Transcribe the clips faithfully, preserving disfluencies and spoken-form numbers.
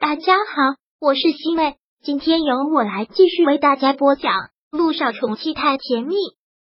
大家好，我是西妹，今天由我来继续为大家播讲《陆少宠妻太甜蜜》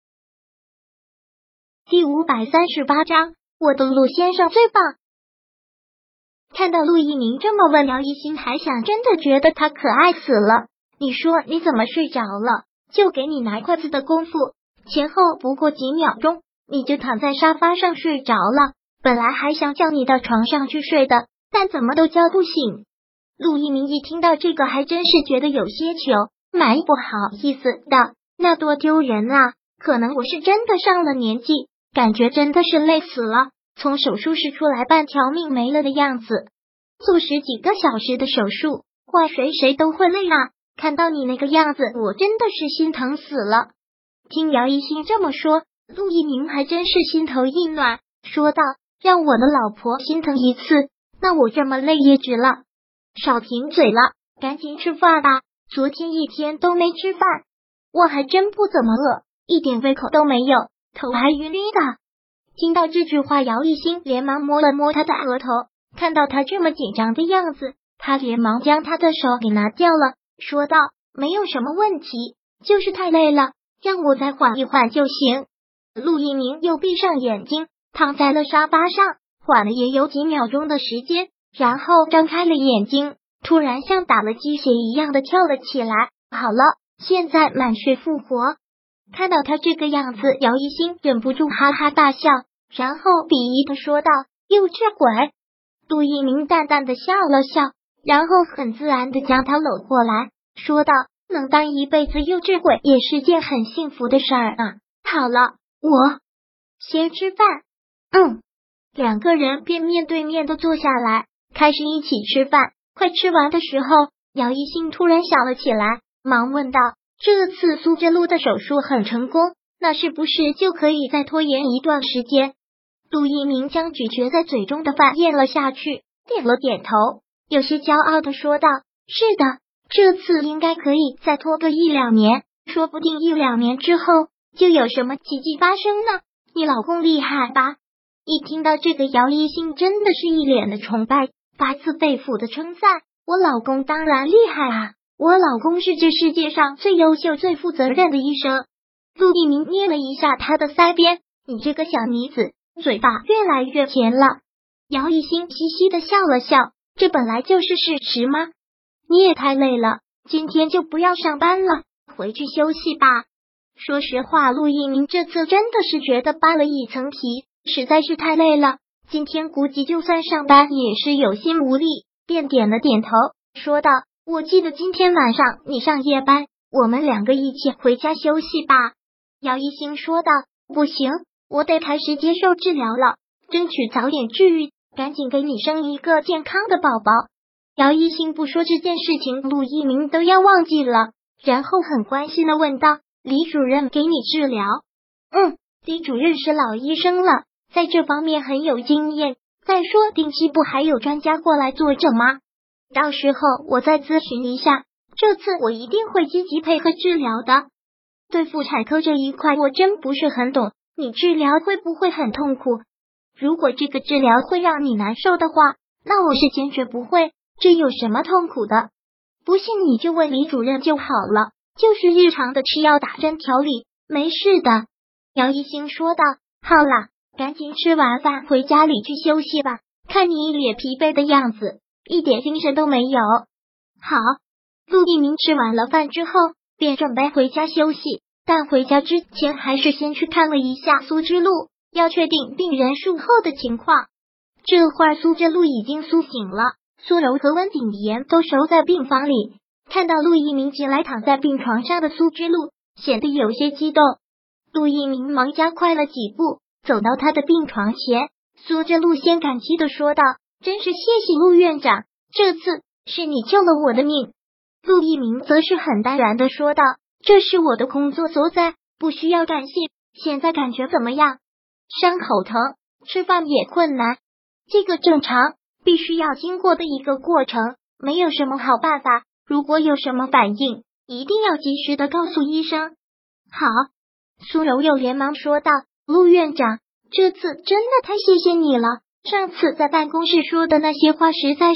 第五百三十八章，我的陆先生最棒。看到陆一鸣这么问，姚一星还想真的觉得他可爱死了。你说你怎么睡着了？就给你拿筷子的功夫，前后不过几秒钟，你就躺在沙发上睡着了。本来还想叫你到床上去睡的，但怎么都叫不醒。陆一鸣一听到这个，还真是觉得有些糗，蛮不好意思的，那多丢人啊！可能我是真的上了年纪，感觉真的是累死了，从手术室出来半条命没了的样子。做十几个小时的手术，怪谁谁都会累啊！看到你那个样子，我真的是心疼死了。听姚一星这么说，陆一鸣还真是心头一暖，说道：让我的老婆心疼一次，那我这么累也值了。少贫嘴了，赶紧吃饭吧，昨天一天都没吃饭，我还真不怎么饿，一点胃口都没有，头还晕晕的。听到这句话，姚一星连忙摸了摸他的额头，看到他这么紧张的样子，他连忙将他的手给拿掉了，说道：没有什么问题，就是太累了，让我再缓一缓就行。陆一鸣又闭上眼睛，躺在了沙发上，缓了也有几秒钟的时间，然后张开了眼睛，突然像打了鸡血一样的跳了起来。好了，现在满血复活。看到他这个样子，姚一星忍不住哈哈大笑，然后鄙夷的说道：幼稚鬼。陆一鸣淡淡的笑了笑，然后很自然的将他搂过来，说道：能当一辈子幼稚鬼也是件很幸福的事儿啊。好了，我先吃饭。嗯。两个人便面对面的坐下来，开始一起吃饭。快吃完的时候，姚一星突然想了起来，忙问道：这次苏之路的手术很成功，那是不是就可以再拖延一段时间？陆一鸣将咀嚼在嘴中的饭咽了下去，点了点头，有些骄傲的说道：是的，这次应该可以再拖个一两年，说不定一两年之后就有什么奇迹发生呢。你老公厉害吧？一听到这个，姚一星真的是一脸的崇拜，发自肺腑的称赞：我老公当然厉害啊，我老公是这世界上最优秀最负责任的医生。陆一鸣捏了一下他的腮边，你这个小妮子嘴巴越来越甜了。姚一星嘻嘻的笑了笑，这本来就是事实吗？你也太累了，今天就不要上班了，回去休息吧。说实话，陆一鸣这次真的是觉得扒了一层皮，实在是太累了，今天估计就算上班也是有心无力，便点了点头，说道：我记得今天晚上你上夜班，我们两个一起回家休息吧。姚一星说道：不行，我得开始接受治疗了，争取早点治愈，赶紧给你生一个健康的宝宝。姚一星不说这件事情，陆一鸣都要忘记了，然后很关心的问道：李主任给你治疗？嗯，李主任是老医生了，在这方面很有经验。再说定期部还有专家过来坐诊吗？到时候我再咨询一下，这次我一定会积极配合治疗的。对妇产科这一块我真不是很懂，你治疗会不会很痛苦？如果这个治疗会让你难受的话，那我是坚决不会，这有什么痛苦的？不信你就问李主任就好了，就是日常的吃药打针调理，没事的。姚一星说道：好啦，赶紧吃完饭回家里去休息吧，看你一脸疲惫的样子，一点精神都没有。好。陆一鸣吃完了饭之后便准备回家休息，但回家之前还是先去看了一下苏之路，要确定病人术后的情况。这会儿苏之路已经苏醒了，苏柔和温景言都守在病房里，看到陆一鸣进来躺在病床上的苏之路，显得有些激动。陆一鸣忙加快了几步，走到他的病床前，苏之路先感激的说道：真是谢谢陆院长，这次是你救了我的命。陆一鸣则是很淡然的说道：这是我的工作所在，不需要感谢。现在感觉怎么样？伤口疼，吃饭也困难，这个正常，必须要经过的一个过程，没有什么好办法，如果有什么反应，一定要及时的告诉医生。好。苏柔又连忙说道：陆院长，这次真的太谢谢你了，上次在办公室说的那些话实在是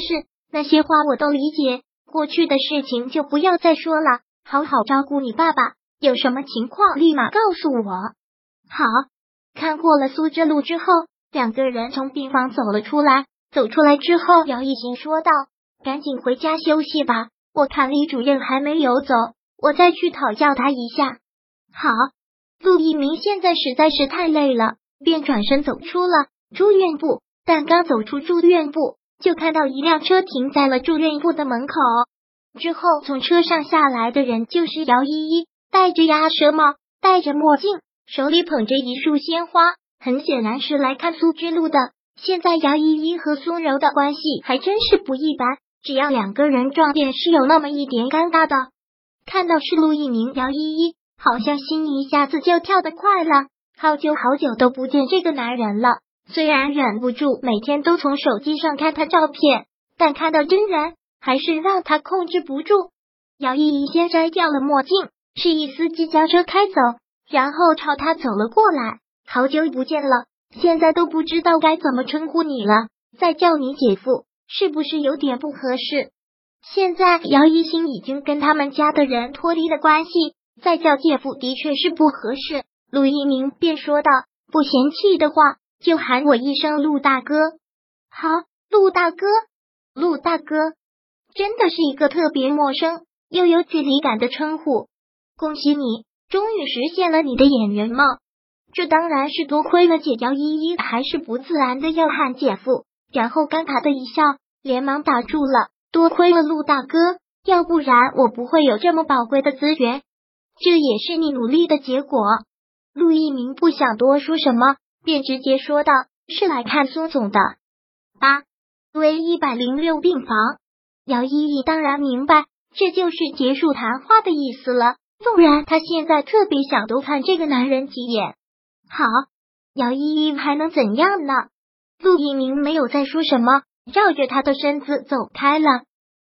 那些话我都理解，过去的事情就不要再说了，好好照顾你爸爸，有什么情况立马告诉我。好。看过了苏之路之后，两个人从病房走了出来。走出来之后，姚一行说道：“赶紧回家休息吧，我看李主任还没有走，我再去讨教他一下。”好。陆一鸣现在实在是太累了，便转身走出了住院部，但刚走出住院部，就看到一辆车停在了住院部的门口。之后从车上下来的人就是姚依依，戴着鸭舌帽，戴着墨镜，手里捧着一束鲜花，很显然是来看苏之路的。现在姚依依和苏柔的关系还真是不一般，只要两个人撞见是有那么一点尴尬的。看到是陆一鸣，姚依依好像心一下子就跳得快了，好久好久都不见这个男人了，虽然忍不住每天都从手机上看他照片，但看到真人还是让他控制不住。姚依依先摘掉了墨镜，示意司机将车开走，然后朝他走了过来。好久不见了，现在都不知道该怎么称呼你了，再叫你姐夫是不是有点不合适？现在姚一星已经跟他们家的人脱离了关系，再叫姐夫的确是不合适。陆一鸣便说道：“不嫌弃的话，就喊我一声陆大哥。”好，陆大哥。陆大哥真的是一个特别陌生又有距离感的称呼。恭喜你，终于实现了你的演员梦。这当然是多亏了姐。姚依依还是不自然的要喊姐夫，然后尴尬的一笑，连忙打住了。多亏了陆大哥，要不然我不会有这么宝贵的资源，这也是你努力的结果。陆一鸣不想多说什么，便直接说道：“是来看苏总的。”八 V 一百零六病房。姚依依当然明白，这就是结束谈话的意思了，纵然她现在特别想多看这个男人几眼。好，姚依依还能怎样呢？陆一鸣没有再说什么，绕着他的身子走开了。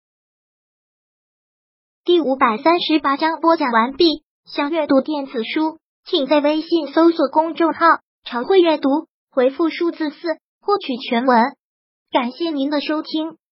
第五百三十八章播讲完毕。想阅读电子书，请在微信搜索公众号常会阅读，回复数字四获取全文。感谢您的收听。